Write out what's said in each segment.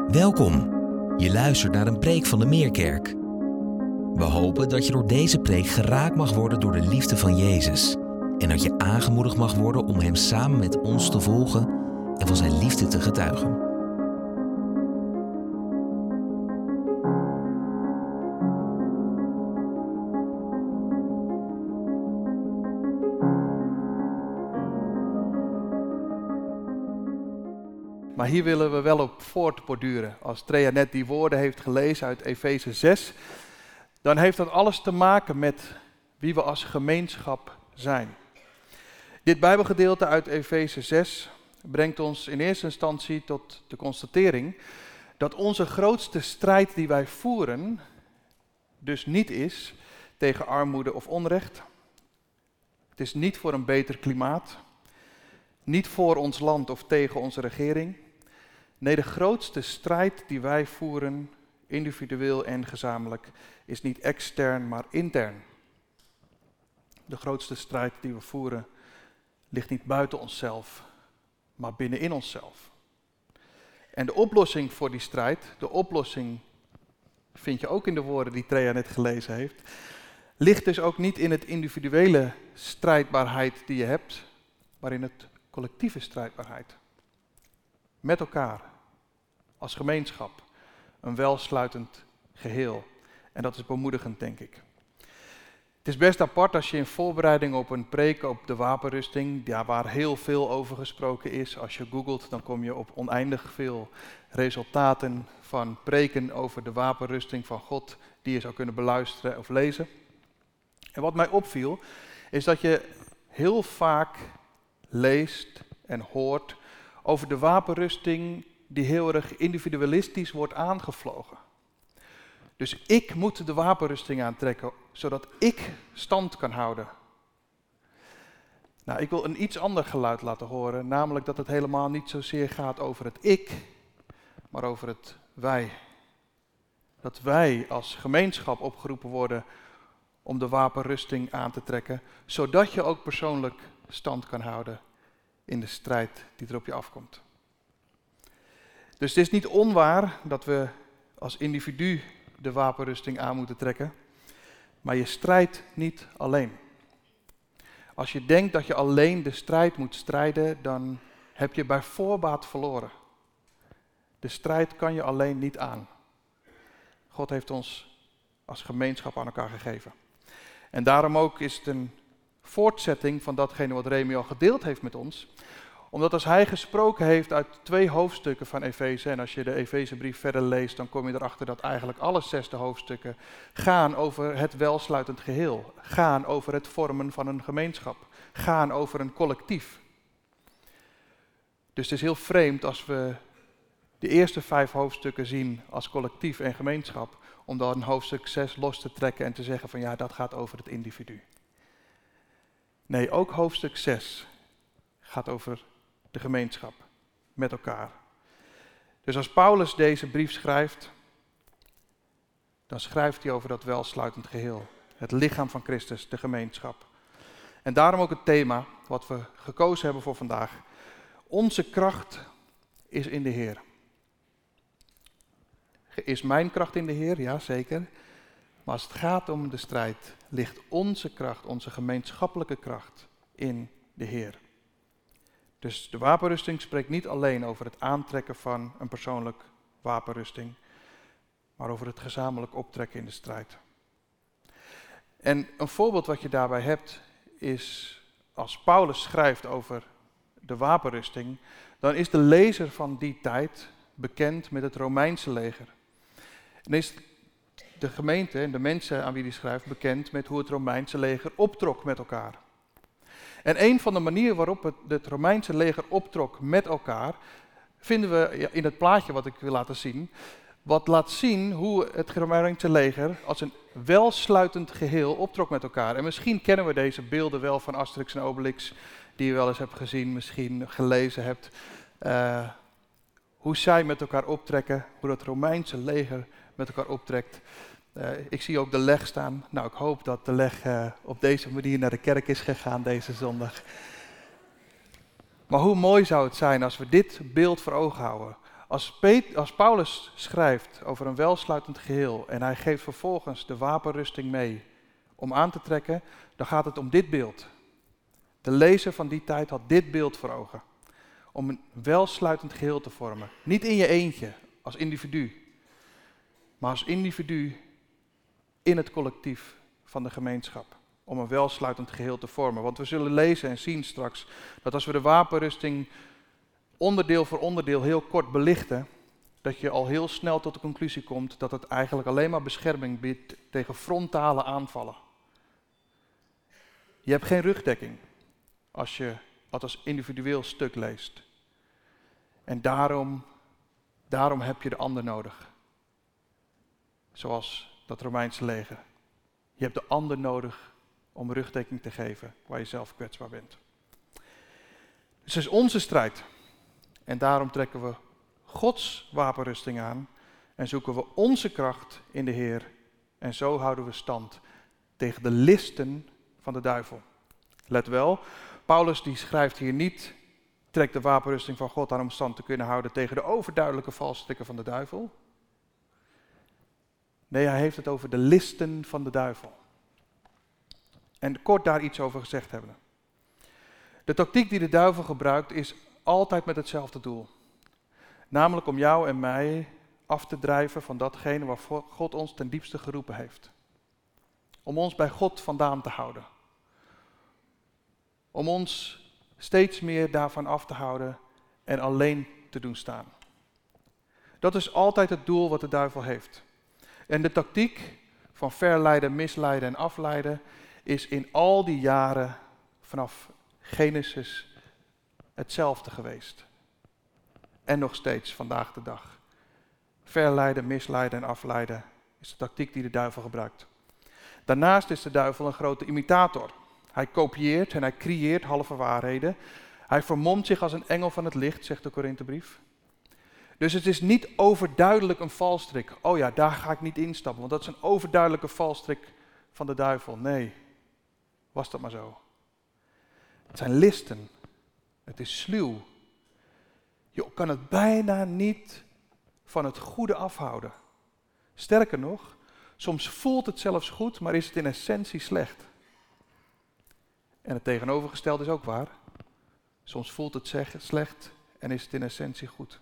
Welkom. Je luistert naar een preek van de Meerkerk. We hopen dat je door deze preek geraakt mag worden door de liefde van Jezus en dat je aangemoedigd mag worden om Hem samen met ons te volgen en van Zijn liefde te getuigen. Maar hier willen we wel op voortborduren. Als Trea net die woorden heeft gelezen uit Efeze 6, dan heeft dat alles te maken met wie we als gemeenschap zijn. Dit Bijbelgedeelte uit Efeze 6 brengt ons in eerste instantie tot de constatering dat onze grootste strijd die wij voeren dus niet is tegen armoede of onrecht. Het is niet voor een beter klimaat, niet voor ons land of tegen onze regering. Nee, de grootste strijd die wij voeren, individueel en gezamenlijk, is niet extern, maar intern. De grootste strijd die we voeren ligt niet buiten onszelf, maar binnenin onszelf. En de oplossing voor die strijd, de oplossing vind je ook in de woorden die Trea net gelezen heeft, ligt dus ook niet in het individuele strijdbaarheid die je hebt, maar in het collectieve strijdbaarheid. Met elkaar, als gemeenschap, een welsluitend geheel. En dat is bemoedigend, denk ik. Het is best apart als je in voorbereiding op een preek op de wapenrusting, waar heel veel over gesproken is, als je googelt, dan kom je op oneindig veel resultaten van preken over de wapenrusting van God, die je zou kunnen beluisteren of lezen. En wat mij opviel, is dat je heel vaak leest en hoort over de wapenrusting die heel erg individualistisch wordt aangevlogen. Dus ik moet de wapenrusting aantrekken, zodat ik stand kan houden. Nou, ik wil een iets ander geluid laten horen, namelijk dat het helemaal niet zozeer gaat over het ik, maar over het wij. Dat wij als gemeenschap opgeroepen worden om de wapenrusting aan te trekken, zodat je ook persoonlijk stand kan houden in de strijd die er op je afkomt. Dus het is niet onwaar dat we als individu de wapenrusting aan moeten trekken, maar je strijdt niet alleen. Als je denkt dat je alleen de strijd moet strijden, dan heb je bij voorbaat verloren. De strijd kan je alleen niet aan. God heeft ons als gemeenschap aan elkaar gegeven. En daarom ook is het een voortzetting van datgene wat Remy al gedeeld heeft met ons. Omdat als hij gesproken heeft uit 2 hoofdstukken van Efeze, en als je de Efezebrief verder leest, dan kom je erachter dat eigenlijk alle 6 hoofdstukken gaan over het welsluitend geheel. Gaan over het vormen van een gemeenschap. Gaan over een collectief. Dus het is heel vreemd als we de eerste 5 hoofdstukken zien als collectief en gemeenschap, om dan hoofdstuk 6 los te trekken en te zeggen van ja, dat gaat over het individu. Nee, ook hoofdstuk 6 gaat over de gemeenschap met elkaar. Dus als Paulus deze brief schrijft, dan schrijft hij over dat welsluitend geheel. Het lichaam van Christus, de gemeenschap. En daarom ook het thema wat we gekozen hebben voor vandaag. Onze kracht is in de Heer. Is mijn kracht in de Heer? Ja, zeker. Maar als het gaat om de strijd, ligt onze kracht, onze gemeenschappelijke kracht in de Heer. Dus de wapenrusting spreekt niet alleen over het aantrekken van een persoonlijk wapenrusting, maar over het gezamenlijk optrekken in de strijd. En een voorbeeld wat je daarbij hebt is, als Paulus schrijft over de wapenrusting, dan is de lezer van die tijd bekend met het Romeinse leger. En is de gemeente en de mensen aan wie hij schrijft bekend met hoe het Romeinse leger optrok met elkaar. En een van de manieren waarop het Romeinse leger optrok met elkaar, vinden we in het plaatje wat ik wil laten zien. Wat laat zien hoe het Romeinse leger als een welsluitend geheel optrok met elkaar. En misschien kennen we deze beelden wel van Asterix en Obelix, die je wel eens hebt gezien, misschien gelezen hebt. Hoe zij met elkaar optrekken, hoe het Romeinse leger met elkaar optrekt. Ik zie ook de leg staan. Nou, ik hoop dat de leg op deze manier naar de kerk is gegaan deze zondag. Maar hoe mooi zou het zijn als we dit beeld voor ogen houden. Als Paulus schrijft over een welsluitend geheel en hij geeft vervolgens de wapenrusting mee om aan te trekken, dan gaat het om dit beeld. De lezer van die tijd had dit beeld voor ogen. Om een welsluitend geheel te vormen. Niet in je eentje, als individu. Maar als individu in het collectief van de gemeenschap. Om een welsluitend geheel te vormen. Want we zullen lezen en zien straks dat als we de wapenrusting onderdeel voor onderdeel heel kort belichten, dat je al heel snel tot de conclusie komt dat het eigenlijk alleen maar bescherming biedt tegen frontale aanvallen. Je hebt geen rugdekking als je dat als individueel stuk leest. En daarom heb je de ander nodig. Zoals dat Romeinse leger. Je hebt de ander nodig om rugdekking te geven waar je zelf kwetsbaar bent. Dus het is onze strijd. En daarom trekken we Gods wapenrusting aan en zoeken we onze kracht in de Heer. En zo houden we stand tegen de listen van de duivel. Let wel, Paulus die schrijft hier niet, trek de wapenrusting van God aan om stand te kunnen houden tegen de overduidelijke valstrikken van de duivel. Nee, hij heeft het over de listen van de duivel. En kort daar iets over gezegd hebben. De tactiek die de duivel gebruikt is altijd met hetzelfde doel. Namelijk om jou en mij af te drijven van datgene waar God ons ten diepste geroepen heeft. Om ons bij God vandaan te houden. Om ons steeds meer daarvan af te houden en alleen te doen staan. Dat is altijd het doel wat de duivel heeft. En de tactiek van verleiden, misleiden en afleiden is in al die jaren vanaf Genesis hetzelfde geweest. En nog steeds vandaag de dag. Verleiden, misleiden en afleiden is de tactiek die de duivel gebruikt. Daarnaast is de duivel een grote imitator. Hij kopieert en hij creëert halve waarheden. Hij vermomt zich als een engel van het licht, zegt de Korinthebrief. Dus het is niet overduidelijk een valstrik. Oh ja, daar ga ik niet instappen, want dat is een overduidelijke valstrik van de duivel. Nee, was dat maar zo. Het zijn listen. Het is sluw. Je kan het bijna niet van het goede afhouden. Sterker nog, soms voelt het zelfs goed, maar is het in essentie slecht. En het tegenovergestelde is ook waar. Soms voelt het slecht en is het in essentie goed.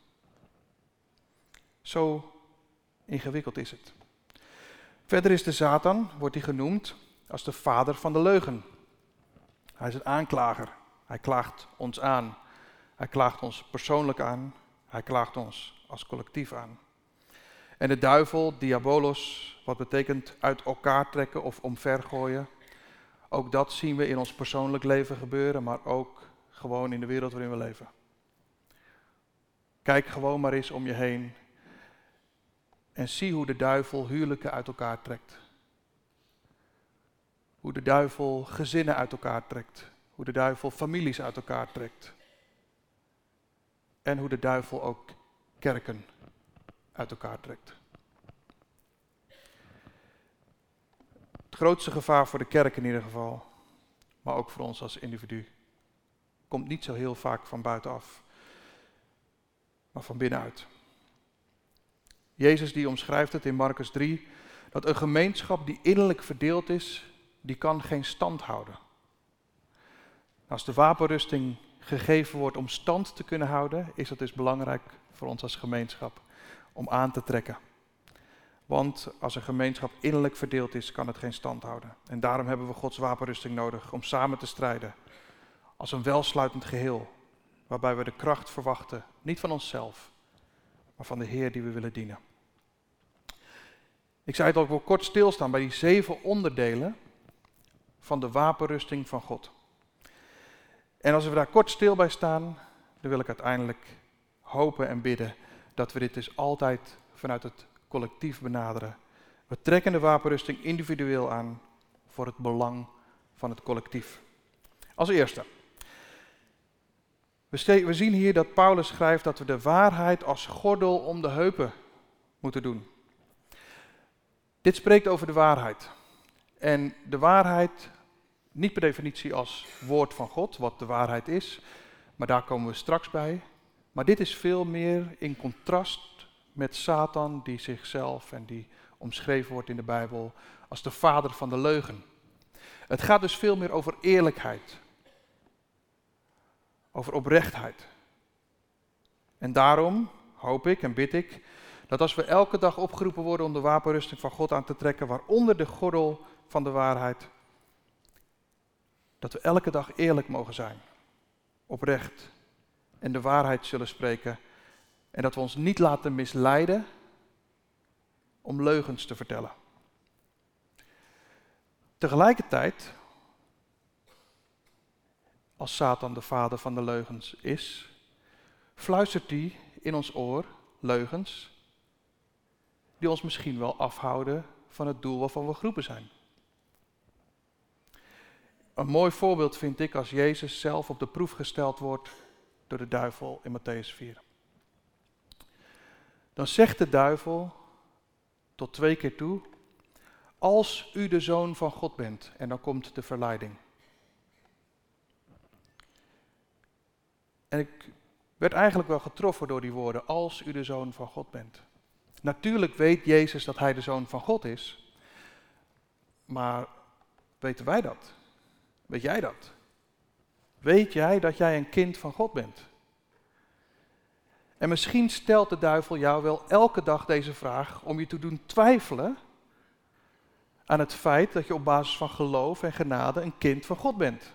Zo ingewikkeld is het. Verder is de Satan, wordt hij genoemd, als de vader van de leugen. Hij is een aanklager. Hij klaagt ons aan. Hij klaagt ons persoonlijk aan. Hij klaagt ons als collectief aan. En de duivel, diabolos, wat betekent uit elkaar trekken of omvergooien. Ook dat zien we in ons persoonlijk leven gebeuren, maar ook gewoon in de wereld waarin we leven. Kijk gewoon maar eens om je heen en zie hoe de duivel huwelijken uit elkaar trekt. Hoe de duivel gezinnen uit elkaar trekt. Hoe de duivel families uit elkaar trekt. En hoe de duivel ook kerken uit elkaar trekt. Het grootste gevaar voor de kerk in ieder geval, maar ook voor ons als individu, komt niet zo heel vaak van buitenaf, maar van binnenuit. Jezus die omschrijft het in Marcus 3, dat een gemeenschap die innerlijk verdeeld is, die kan geen stand houden. Als de wapenrusting gegeven wordt om stand te kunnen houden, is het dus belangrijk voor ons als gemeenschap om aan te trekken. Want als een gemeenschap innerlijk verdeeld is, kan het geen stand houden. En daarom hebben we Gods wapenrusting nodig om samen te strijden. Als een welsluitend geheel, waarbij we de kracht verwachten, niet van onszelf, maar van de Heer die we willen dienen. Ik zei het al, ik wil kort stilstaan bij die 7 onderdelen van de wapenrusting van God. En als we daar kort stil bij staan, dan wil ik uiteindelijk hopen en bidden dat we dit dus altijd vanuit het collectief benaderen. We trekken de wapenrusting individueel aan voor het belang van het collectief. Als eerste. We zien hier dat Paulus schrijft dat we de waarheid als gordel om de heupen moeten doen. Dit spreekt over de waarheid. En de waarheid niet per definitie als woord van God, wat de waarheid is, maar daar komen we straks bij. Maar dit is veel meer in contrast met Satan, die zichzelf en die omschreven wordt in de Bijbel als de vader van de leugen. Het gaat dus veel meer over eerlijkheid, over oprechtheid. En daarom hoop ik en bid ik dat als we elke dag opgeroepen worden om de wapenrusting van God aan te trekken, waaronder de gordel van de waarheid, dat we elke dag eerlijk mogen zijn, oprecht en de waarheid zullen spreken en dat we ons niet laten misleiden om leugens te vertellen. Tegelijkertijd, als Satan de vader van de leugens is, fluistert hij in ons oor leugens die ons misschien wel afhouden van het doel waarvan we geroepen zijn. Een mooi voorbeeld vind ik als Jezus zelf op de proef gesteld wordt door de duivel in Mattheüs 4. Dan zegt de duivel tot 2 keer toe, als u de Zoon van God bent, en dan komt de verleiding. En ik werd eigenlijk wel getroffen door die woorden, als u de Zoon van God bent. Natuurlijk weet Jezus dat hij de Zoon van God is, maar weten wij dat? Weet jij dat? Weet jij dat jij een kind van God bent? En misschien stelt de duivel jou wel elke dag deze vraag om je te doen twijfelen aan het feit dat je op basis van geloof en genade een kind van God bent.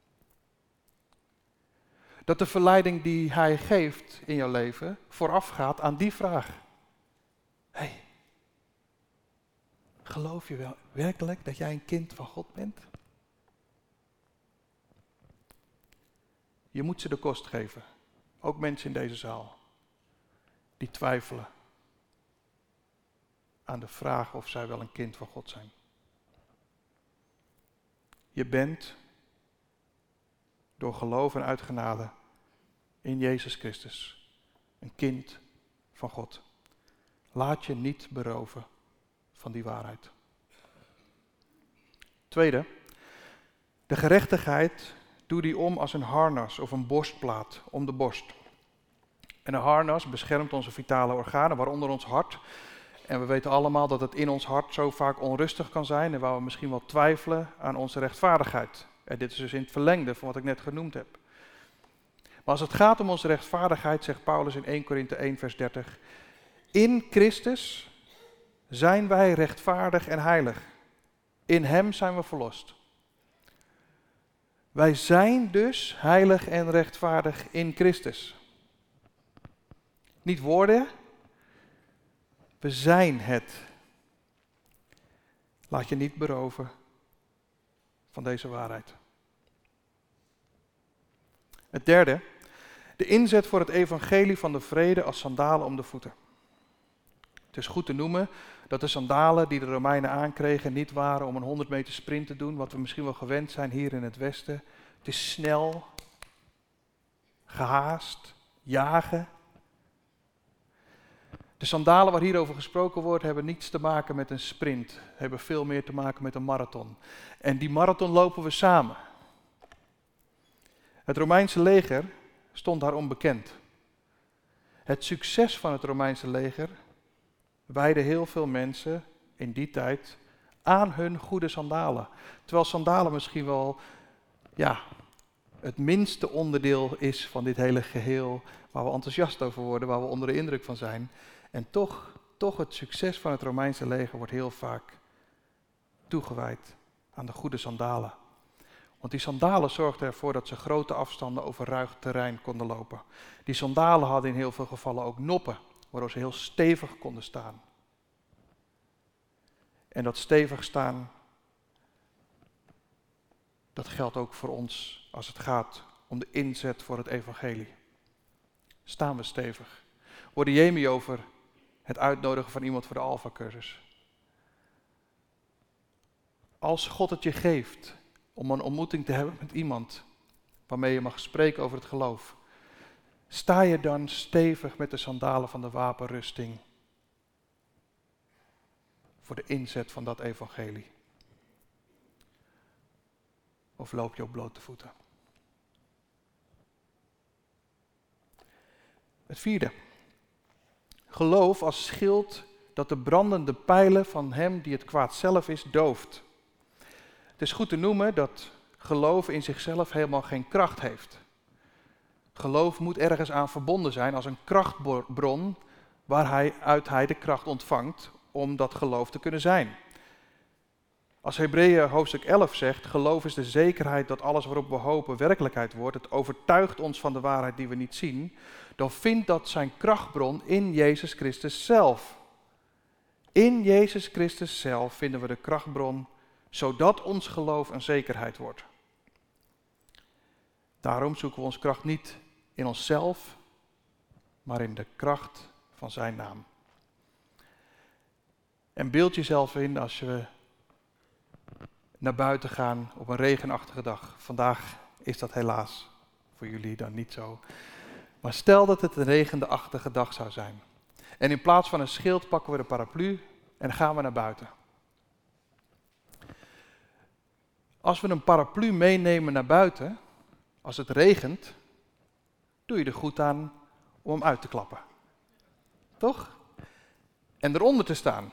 Dat de verleiding die hij geeft in jouw leven voorafgaat aan die vraag. Hey, geloof je wel werkelijk dat jij een kind van God bent? Je moet ze de kost geven. Ook mensen in deze zaal. Die twijfelen aan de vraag of zij wel een kind van God zijn. Je bent door geloof en uit genade in Jezus Christus een kind van God. Laat je niet beroven van die waarheid. Tweede, de gerechtigheid doe die om als een harnas of een borstplaat om de borst. En een harnas beschermt onze vitale organen, waaronder ons hart. En we weten allemaal dat het in ons hart zo vaak onrustig kan zijn en waar we misschien wel twijfelen aan onze rechtvaardigheid. En dit is dus in het verlengde van wat ik net genoemd heb. Maar als het gaat om onze rechtvaardigheid, zegt Paulus in 1 Korinthe 1 vers 30, in Christus zijn wij rechtvaardig en heilig. In hem zijn we verlost. Wij zijn dus heilig en rechtvaardig in Christus. Niet worden, we zijn het. Laat je niet beroven van deze waarheid. Het derde, de inzet voor het evangelie van de vrede als sandalen om de voeten. Het is goed te noemen dat de sandalen die de Romeinen aankregen niet waren om een 100 meter sprint te doen, wat we misschien wel gewend zijn hier in het Westen. Het is snel, gehaast, jagen. De sandalen waar hierover gesproken wordt, hebben niets te maken met een sprint. Hebben veel meer te maken met een marathon. En die marathon lopen we samen. Het Romeinse leger stond daarom bekend. Het succes van het Romeinse leger wijde heel veel mensen in die tijd aan hun goede sandalen. Terwijl sandalen misschien wel het minste onderdeel is van dit hele geheel waar we enthousiast over worden, waar we onder de indruk van zijn. En toch het succes van het Romeinse leger wordt heel vaak toegewijd aan de goede sandalen. Want die sandalen zorgden ervoor dat ze grote afstanden over ruig terrein konden lopen. Die sandalen hadden in heel veel gevallen ook noppen, waardoor ze heel stevig konden staan. En dat stevig staan, dat geldt ook voor ons als het gaat om de inzet voor het evangelie. Staan we stevig? Hoorde Jemi over het uitnodigen van iemand voor de Alpha-cursus. Als God het je geeft om een ontmoeting te hebben met iemand waarmee je mag spreken over het geloof, sta je dan stevig met de sandalen van de wapenrusting voor de inzet van dat evangelie? Of loop je op blote voeten? Het vierde. Geloof als schild dat de brandende pijlen van hem die het kwaad zelf is, dooft. Het is goed te noemen dat geloof in zichzelf helemaal geen kracht heeft. Geloof moet ergens aan verbonden zijn als een krachtbron waaruit hij de kracht ontvangt om dat geloof te kunnen zijn. Als Hebreeën hoofdstuk 11 zegt, geloof is de zekerheid dat alles waarop we hopen werkelijkheid wordt. Het overtuigt ons van de waarheid die we niet zien. Dan vindt dat zijn krachtbron in Jezus Christus zelf. In Jezus Christus zelf vinden we de krachtbron, zodat ons geloof een zekerheid wordt. Daarom zoeken we onze kracht niet in onszelf, maar in de kracht van zijn naam. En beeld jezelf in als je naar buiten gaan op een regenachtige dag. Vandaag is dat helaas voor jullie dan niet zo. Maar stel dat het een regenachtige dag zou zijn. En in plaats van een schild pakken we de paraplu en gaan we naar buiten. Als we een paraplu meenemen naar buiten, als het regent, doe je er goed aan om hem uit te klappen. Toch? En eronder te staan.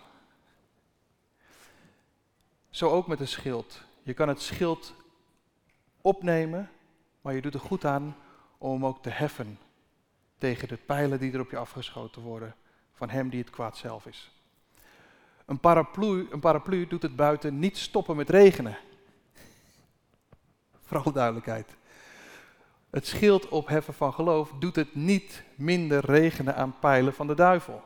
Zo ook met een schild. Je kan het schild opnemen, maar je doet er goed aan om hem ook te heffen tegen de pijlen die er op je afgeschoten worden van hem die het kwaad zelf is. Een paraplu doet het buiten niet stoppen met regenen. Voor alle duidelijkheid. Het schild opheffen van geloof doet het niet minder regenen aan pijlen van de duivel.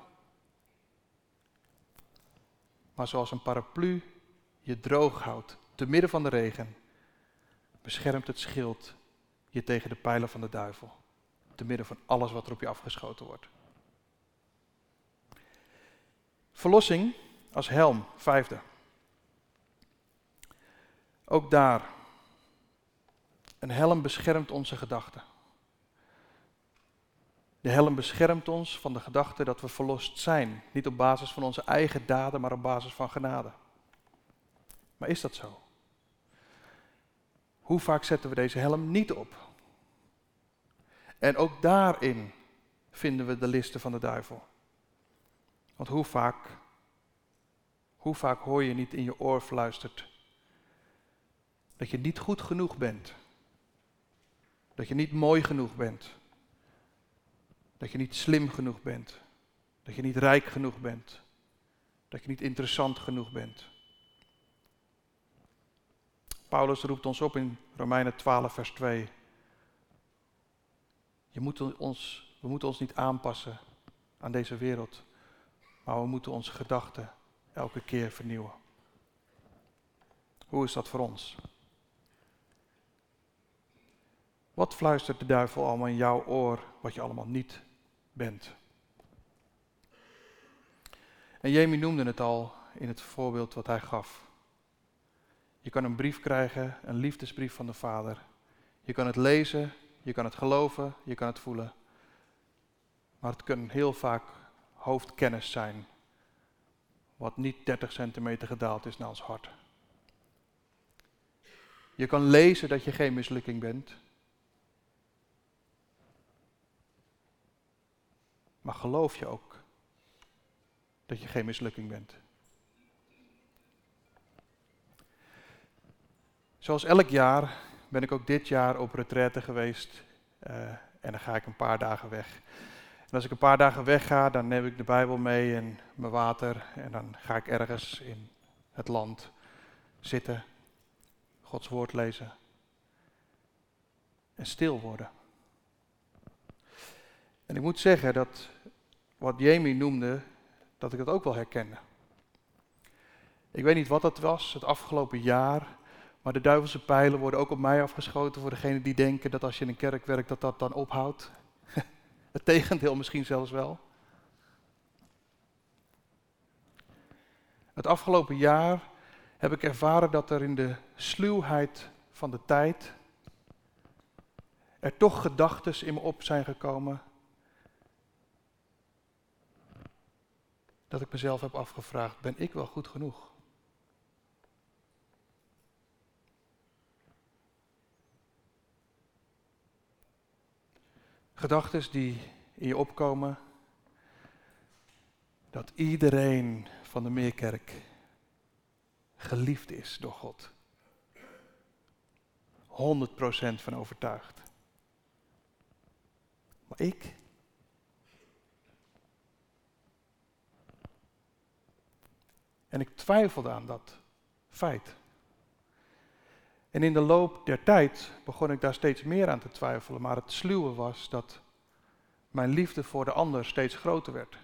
Maar zoals een paraplu je droog houdt te midden van de regen, beschermt het schild je tegen de pijlen van de duivel. Te midden van alles wat er op je afgeschoten wordt. Verlossing als helm, vijfde. Ook daar. Een helm beschermt onze gedachten. De helm beschermt ons van de gedachte dat we verlost zijn. Niet op basis van onze eigen daden, maar op basis van genade. Maar is dat zo? Hoe vaak zetten we deze helm niet op? En ook daarin vinden we de listen van de duivel. Want hoe vaak hoor je niet in je oor fluistert dat je niet goed genoeg bent. Dat je niet mooi genoeg bent. Dat je niet slim genoeg bent. Dat je niet rijk genoeg bent. Dat je niet interessant genoeg bent. Paulus roept ons op in Romeinen 12 vers 2. We moeten ons niet aanpassen aan deze wereld, maar we moeten onze gedachten elke keer vernieuwen. Hoe is dat voor ons? Wat fluistert de duivel allemaal in jouw oor wat je allemaal niet bent? En Jamie noemde het al in het voorbeeld wat hij gaf. Je kan een brief krijgen, een liefdesbrief van de Vader. Je kan het lezen, je kan het geloven, je kan het voelen. Maar het kan heel vaak hoofdkennis zijn, wat niet 30 centimeter gedaald is naar ons hart. Je kan lezen dat je geen mislukking bent. Maar geloof je ook dat je geen mislukking bent? Zoals elk jaar ben ik ook dit jaar op retraite geweest en dan ga ik een paar dagen weg. En als ik een paar dagen wegga, dan neem ik de Bijbel mee en mijn water en dan ga ik ergens in het land zitten, Gods woord lezen en stil worden. En ik moet zeggen dat wat Jamie noemde, dat ik dat ook wel herkende. Ik weet niet wat dat was het afgelopen jaar, maar de duivelse pijlen worden ook op mij afgeschoten voor degenen die denken dat als je in een kerk werkt dat dat dan ophoudt. Het tegendeel misschien zelfs wel. Het afgelopen jaar heb ik ervaren dat er in de sluwheid van de tijd er toch gedachten in me op zijn gekomen dat ik mezelf heb afgevraagd, ben ik wel goed genoeg? Gedachten die in je opkomen dat iedereen van de Meerkerk geliefd is door God. 100% van overtuigd. Maar ik? En ik twijfelde aan dat feit. En in de loop der tijd begon ik daar steeds meer aan te twijfelen. Maar het sluwe was dat mijn liefde voor de ander steeds groter werd.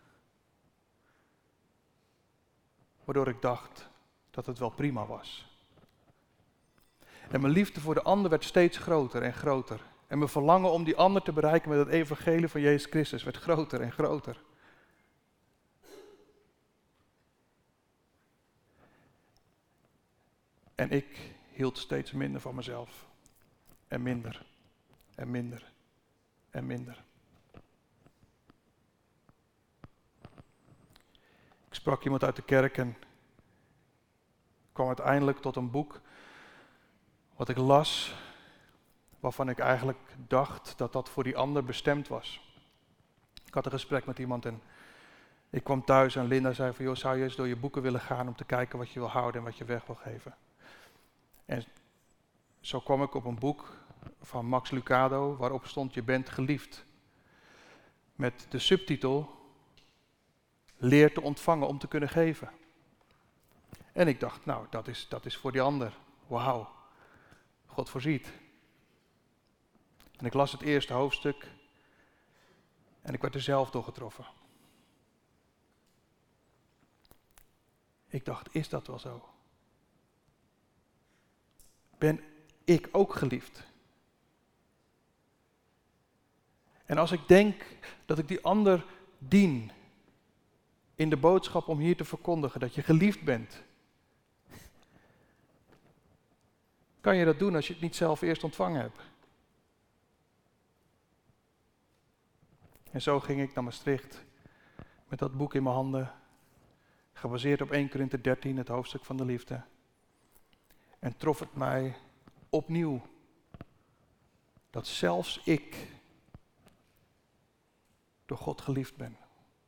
Waardoor ik dacht dat het wel prima was. En mijn liefde voor de ander werd steeds groter en groter. En mijn verlangen om die ander te bereiken met het evangelie van Jezus Christus werd groter en groter. En ik hield steeds minder van mezelf. En minder. En minder. En minder. Ik sprak iemand uit de kerk en kwam uiteindelijk tot een boek wat ik las, waarvan ik eigenlijk dacht dat dat voor die ander bestemd was. Ik had een gesprek met iemand en ik kwam thuis en Linda zei van, joh, zou je eens door je boeken willen gaan om te kijken wat je wil houden en wat je weg wil geven. En zo kwam ik op een boek van Max Lucado waarop stond, je bent geliefd. Met de subtitel, leer te ontvangen om te kunnen geven. En ik dacht, nou, dat is voor die ander. Wauw, God voorziet. En ik las het eerste hoofdstuk en ik werd er zelf door getroffen. Ik dacht, is dat wel zo? Ben ik ook geliefd? En als ik denk dat ik die ander dien in de boodschap om hier te verkondigen dat je geliefd bent, kan je dat doen als je het niet zelf eerst ontvangen hebt? En zo ging ik naar Maastricht met dat boek in mijn handen, gebaseerd op 1 Korinther 13, het hoofdstuk van de liefde. En trof het mij opnieuw dat zelfs ik door God geliefd ben.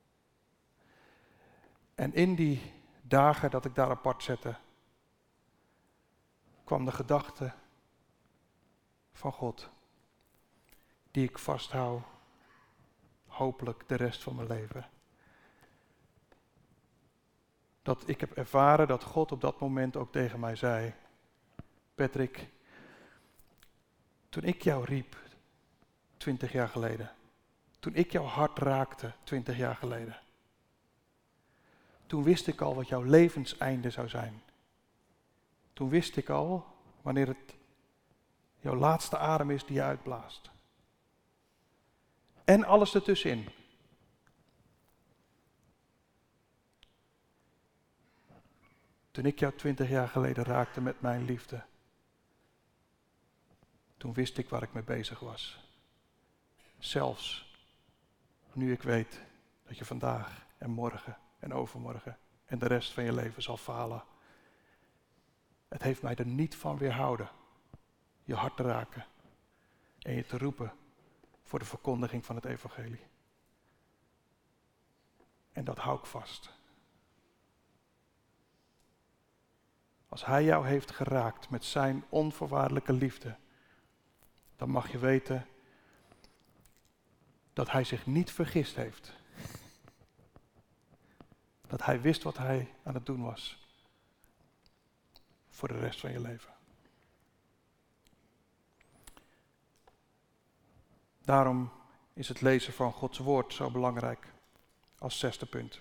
En in die dagen dat ik daar apart zette, kwam de gedachte van God, die ik vasthoud, hopelijk de rest van mijn leven. Dat ik heb ervaren dat God op dat moment ook tegen mij zei, Patrick, toen ik jou riep 20 jaar geleden, toen ik jouw hart raakte 20 jaar geleden, toen wist ik al wat jouw levenseinde zou zijn. Toen wist ik al wanneer het jouw laatste adem is die je uitblaast. En alles ertussenin. Toen ik jou 20 jaar geleden raakte met mijn liefde, toen wist ik waar ik mee bezig was. Zelfs nu ik weet dat je vandaag en morgen en overmorgen en de rest van je leven zal falen. Het heeft mij er niet van weerhouden je hart te raken en je te roepen voor de verkondiging van het evangelie. En dat hou ik vast. Als hij jou heeft geraakt met zijn onvoorwaardelijke liefde, dan mag je weten dat hij zich niet vergist heeft. Dat hij wist wat hij aan het doen was. Voor de rest van je leven. Daarom is het lezen van Gods woord zo belangrijk als 6e punt.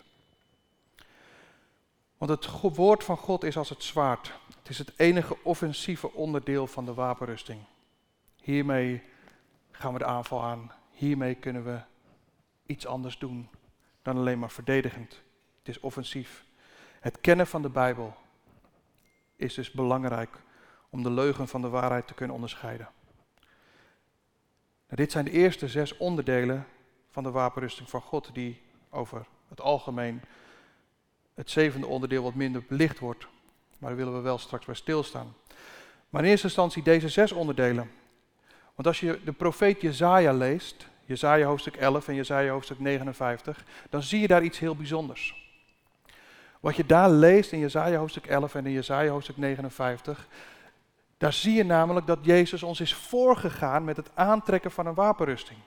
Want het woord van God is als het zwaard. Het is het enige offensieve onderdeel van de wapenrusting. Hiermee gaan we de aanval aan. Hiermee kunnen we iets anders doen dan alleen maar verdedigend. Het is offensief. Het kennen van de Bijbel is dus belangrijk om de leugen van de waarheid te kunnen onderscheiden. Nou, dit zijn de eerste 6 onderdelen van de wapenrusting van God die over het algemeen het 7e onderdeel wat minder belicht wordt. Maar daar willen we wel straks bij stilstaan. Maar in eerste instantie deze 6 onderdelen. Want als je de profeet Jesaja leest, Jesaja hoofdstuk 11 en Jesaja hoofdstuk 59, dan zie je daar iets heel bijzonders. Wat je daar leest in Jesaja hoofdstuk 11 en in Jesaja hoofdstuk 59, daar zie je namelijk dat Jezus ons is voorgegaan met het aantrekken van een wapenrusting.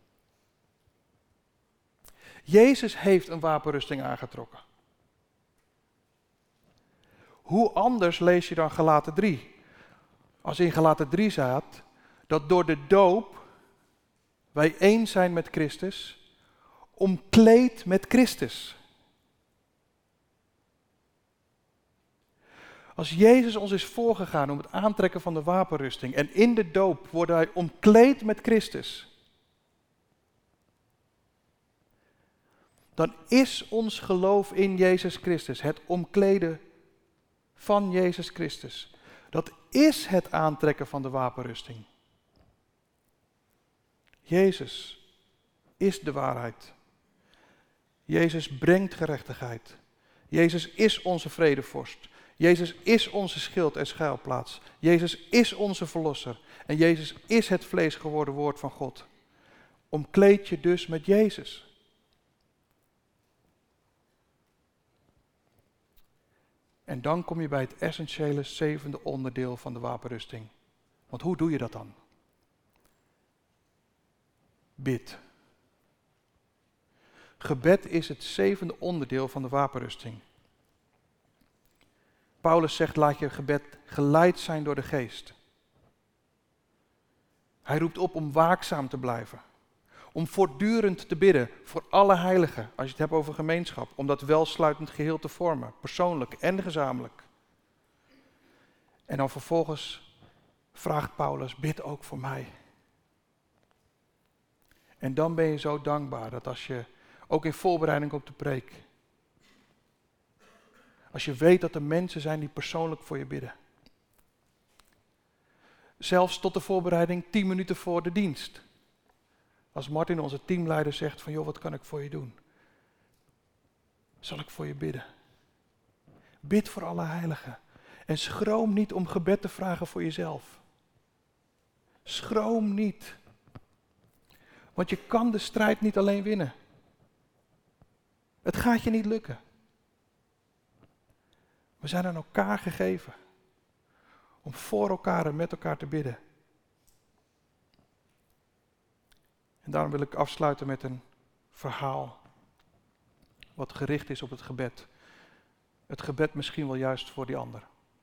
Jezus heeft een wapenrusting aangetrokken. Hoe anders lees je dan Galaten 3? Als in Galaten 3 staat dat door de doop wij één zijn met Christus, omkleed met Christus. Als Jezus ons is voorgegaan om het aantrekken van de wapenrusting en in de doop worden wij omkleed met Christus, dan is ons geloof in Jezus Christus, het omkleden van Jezus Christus, dat is het aantrekken van de wapenrusting. Jezus is de waarheid. Jezus brengt gerechtigheid. Jezus is onze vredevorst. Jezus is onze schild en schuilplaats. Jezus is onze verlosser. En Jezus is het vlees geworden woord van God. Omkleed je dus met Jezus. En dan kom je bij het essentiële 7e onderdeel van de wapenrusting. Want hoe doe je dat dan? Bid. Gebed is het 7e onderdeel van de wapenrusting. Paulus zegt, laat je gebed geleid zijn door de geest. Hij roept op om waakzaam te blijven. Om voortdurend te bidden voor alle heiligen, als je het hebt over gemeenschap. Om dat welsluitend geheel te vormen, persoonlijk en gezamenlijk. En dan vervolgens vraagt Paulus, bid ook voor mij. En dan ben je zo dankbaar dat als je, ook in voorbereiding op de preek, als je weet dat er mensen zijn die persoonlijk voor je bidden. Zelfs tot de voorbereiding 10 minuten voor de dienst. Als Martin, onze teamleider, zegt van, joh, wat kan ik voor je doen? Zal ik voor je bidden? Bid voor alle heiligen. En schroom niet om gebed te vragen voor jezelf. Schroom niet. Want je kan de strijd niet alleen winnen. Het gaat je niet lukken. We zijn aan elkaar gegeven. Om voor elkaar en met elkaar te bidden. En daarom wil ik afsluiten met een verhaal. Wat gericht is op het gebed. Het gebed misschien wel juist voor die ander.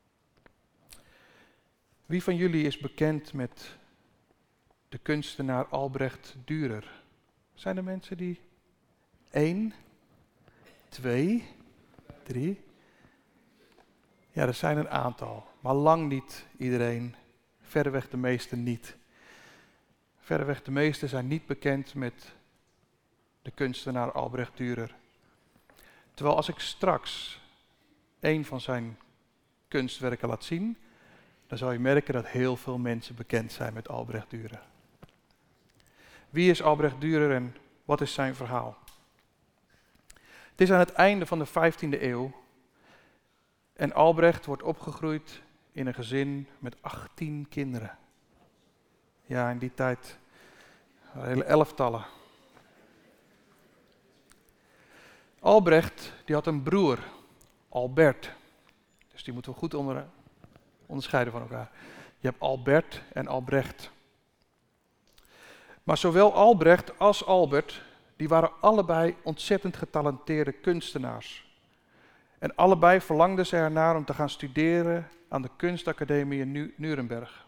Wie van jullie is bekend met de kunstenaar Albrecht Dürer? Zijn er mensen die 1, 2, 3... Ja, er zijn een aantal, maar lang niet iedereen. Verreweg de meesten niet. Verreweg de meesten zijn niet bekend met de kunstenaar Albrecht Dürer. Terwijl als ik straks een van zijn kunstwerken laat zien, dan zal je merken dat heel veel mensen bekend zijn met Albrecht Dürer. Wie is Albrecht Dürer en wat is zijn verhaal? Het is aan het einde van de 15e eeuw. En Albrecht wordt opgegroeid in een gezin met 18 kinderen. Ja, in die tijd hele elftallen. Albrecht, die had een broer, Albert. Dus die moeten we goed onderscheiden van elkaar. Je hebt Albert en Albrecht. Maar zowel Albrecht als Albert, die waren allebei ontzettend getalenteerde kunstenaars. En allebei verlangden ze ernaar om te gaan studeren aan de kunstacademie in Nuremberg.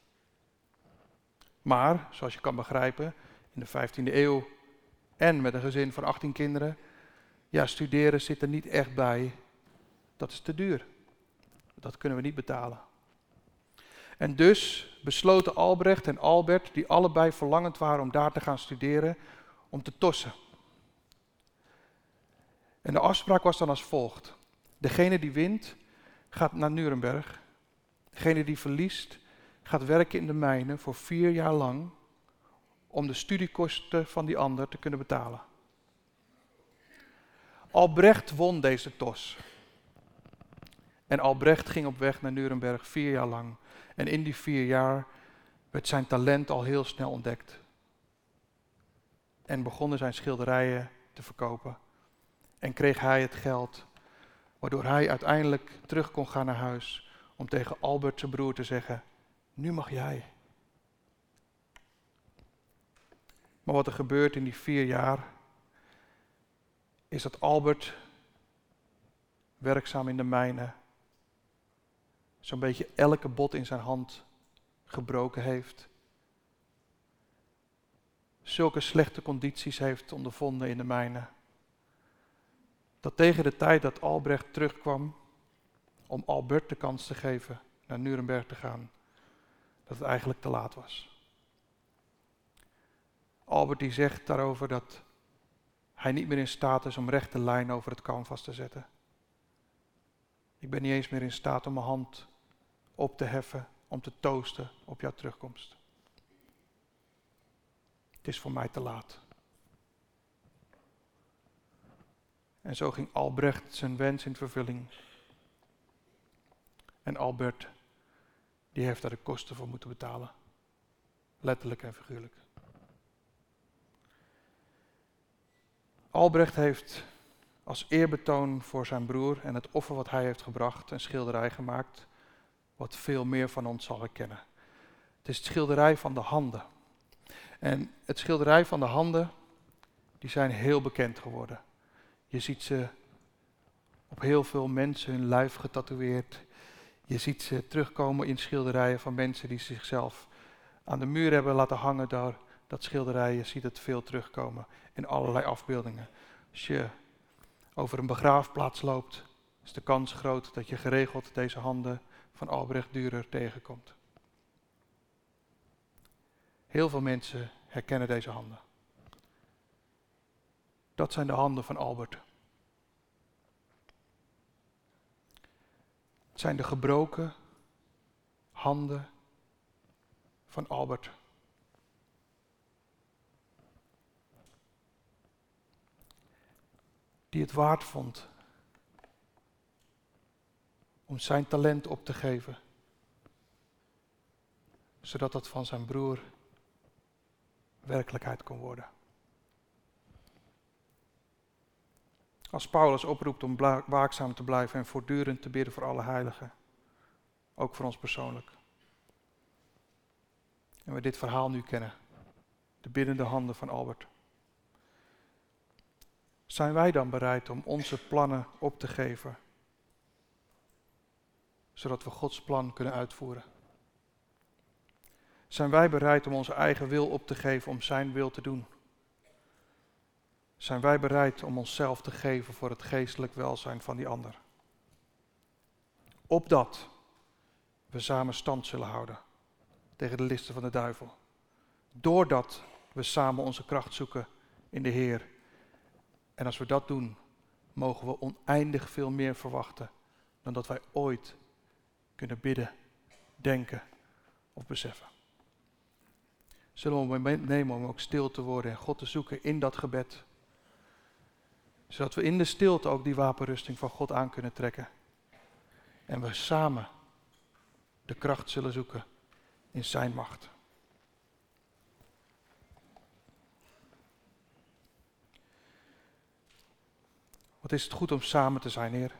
Maar, zoals je kan begrijpen, in de 15e eeuw en met een gezin van 18 kinderen, ja, studeren zit er niet echt bij. Dat is te duur. Dat kunnen we niet betalen. En dus besloten Albrecht en Albert, die allebei verlangend waren om daar te gaan studeren, om te tossen. En de afspraak was dan als volgt. Degene die wint, gaat naar Nuremberg. Degene die verliest, gaat werken in de mijnen voor 4 jaar lang, om de studiekosten van die ander te kunnen betalen. Albrecht won deze tos. En Albrecht ging op weg naar Nuremberg 4 jaar lang. En in die 4 jaar werd zijn talent al heel snel ontdekt. en begonnen zijn schilderijen te verkopen. En kreeg hij het geld, waardoor hij uiteindelijk terug kon gaan naar huis om tegen Albert zijn broer te zeggen, nu mag jij. Maar wat er gebeurt in die 4 jaar, is dat Albert, werkzaam in de mijnen, zo'n beetje elke bot in zijn hand gebroken heeft. Zulke slechte condities heeft ondervonden in de mijnen. Dat tegen de tijd dat Albrecht terugkwam om Albert de kans te geven naar Nuremberg te gaan, dat het eigenlijk te laat was. Albert die zegt daarover dat hij niet meer in staat is om rechte lijn over het canvas te zetten. Ik ben niet eens meer in staat om mijn hand op te heffen, om te toosten op jouw terugkomst. Het is voor mij te laat. En zo ging Albrecht zijn wens in vervulling. En Albert, die heeft daar de kosten voor moeten betalen. Letterlijk en figuurlijk. Albrecht heeft als eerbetoon voor zijn broer en het offer wat hij heeft gebracht, een schilderij gemaakt, wat veel meer van ons zal herkennen. Het is het schilderij van de handen. En het schilderij van de handen, die zijn heel bekend geworden. Je ziet ze op heel veel mensen hun lijf getatoeëerd. Je ziet ze terugkomen in schilderijen van mensen die zichzelf aan de muur hebben laten hangen door dat schilderij. Je ziet het veel terugkomen in allerlei afbeeldingen. Als je over een begraafplaats loopt, is de kans groot dat je geregeld deze handen van Albrecht Dürer tegenkomt. Heel veel mensen herkennen deze handen. Dat zijn de handen van Albert. Het zijn de gebroken handen van Albert. Die het waard vond om zijn talent op te geven, zodat dat van zijn broer werkelijkheid kon worden. Als Paulus oproept om waakzaam te blijven en voortdurend te bidden voor alle heiligen, ook voor ons persoonlijk. En we dit verhaal nu kennen, de biddende handen van Albert. Zijn wij dan bereid om onze plannen op te geven, zodat we Gods plan kunnen uitvoeren? Zijn wij bereid om onze eigen wil op te geven om zijn wil te doen? Zijn wij bereid om onszelf te geven voor het geestelijk welzijn van die ander? Opdat we samen stand zullen houden tegen de listen van de duivel. Doordat we samen onze kracht zoeken in de Heer. En als we dat doen, mogen we oneindig veel meer verwachten dan dat wij ooit kunnen bidden, denken of beseffen. Zullen we een moment nemen om ook stil te worden en God te zoeken in dat gebed. Zodat we in de stilte ook die wapenrusting van God aan kunnen trekken. En we samen de kracht zullen zoeken in zijn macht. Wat is het goed om samen te zijn, Heer.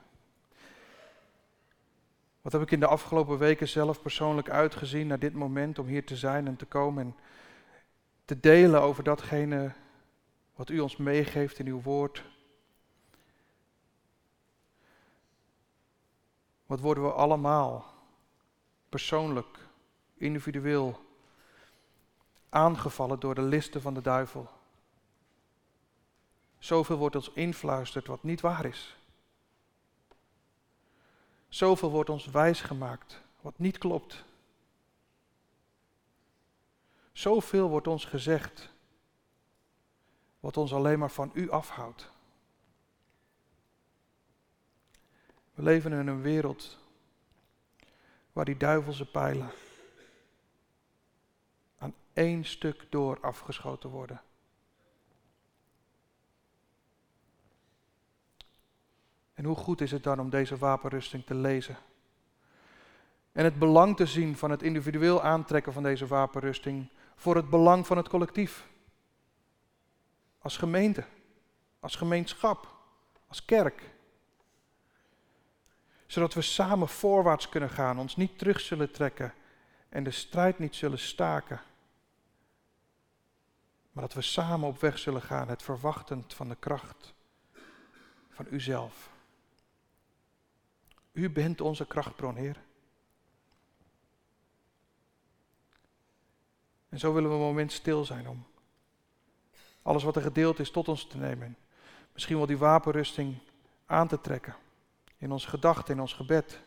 Wat heb ik in de afgelopen weken zelf persoonlijk uitgezien naar dit moment om hier te zijn en te komen en te delen over datgene wat u ons meegeeft in uw woord. Wat worden we allemaal persoonlijk, individueel aangevallen door de listen van de duivel. Zoveel wordt ons influisterd wat niet waar is. Zoveel wordt ons wijsgemaakt wat niet klopt. Zoveel wordt ons gezegd wat ons alleen maar van u afhoudt. We leven in een wereld waar die duivelse pijlen aan één stuk door afgeschoten worden. En hoe goed is het dan om deze wapenrusting te lezen? En het belang te zien van het individueel aantrekken van deze wapenrusting voor het belang van het collectief. als gemeente, als gemeenschap, als kerk. Zodat we samen voorwaarts kunnen gaan, ons niet terug zullen trekken en de strijd niet zullen staken. Maar dat we samen op weg zullen gaan, het verwachtend van de kracht van uzelf. U bent onze krachtbron, Heer. En zo willen we een moment stil zijn om alles wat er gedeeld is tot ons te nemen. Misschien wel die wapenrusting aan te trekken. In onze gedachten, in ons gebed.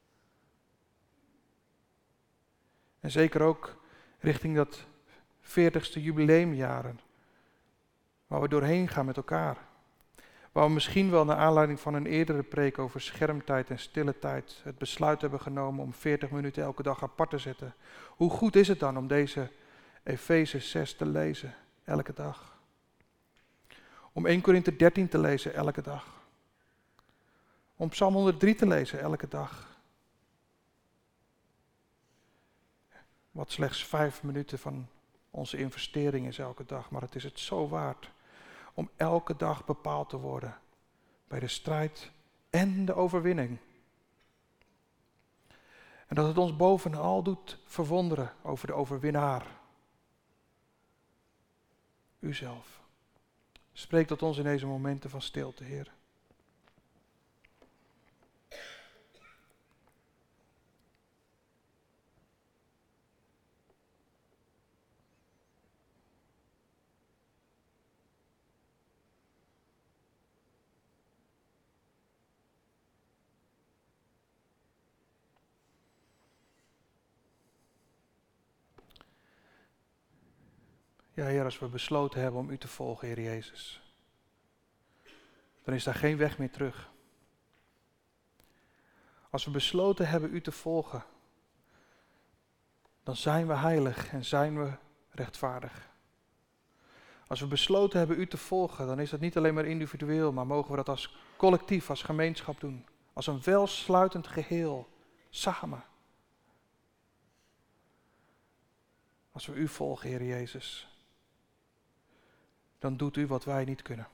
En zeker ook richting dat 40ste jubileumjaren. Waar we doorheen gaan met elkaar. Waar we misschien wel naar aanleiding van een eerdere preek over schermtijd en stille tijd het besluit hebben genomen om 40 minuten elke dag apart te zetten. Hoe goed is het dan om deze Efeze 6 te lezen elke dag? Om 1 Korinther 13 te lezen elke dag. Om Psalm 103 te lezen elke dag. Wat slechts 5 minuten van onze investering is elke dag, maar het is het zo waard om elke dag bepaald te worden bij de strijd en de overwinning. En dat het ons bovenal doet verwonderen over de overwinnaar. Uzelf. Spreek tot ons in deze momenten van stilte, Heer. Ja, Heer, als we besloten hebben om U te volgen, Heer Jezus, dan is daar geen weg meer terug. Als we besloten hebben U te volgen, dan zijn we heilig en zijn we rechtvaardig. Als we besloten hebben U te volgen, dan is dat niet alleen maar individueel, maar mogen we dat als collectief, als gemeenschap doen. Als een welsluitend geheel, samen. Als we U volgen, Heer Jezus, dan doet U wat wij niet kunnen.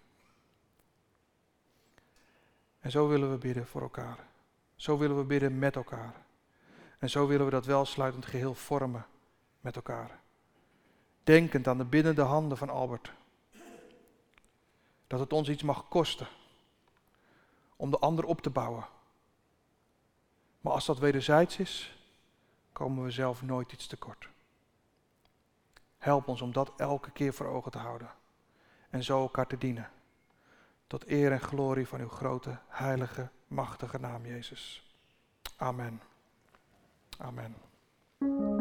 En zo willen we bidden voor elkaar. Zo willen we bidden met elkaar. En zo willen we dat welsluitend geheel vormen met elkaar. Denkend aan de biddende handen van Albert. Dat het ons iets mag kosten om de ander op te bouwen. Maar als dat wederzijds is, komen we zelf nooit iets tekort. Help ons om dat elke keer voor ogen te houden. En zo elkaar te dienen. Tot eer en glorie van uw grote, heilige, machtige naam, Jezus. Amen. Amen.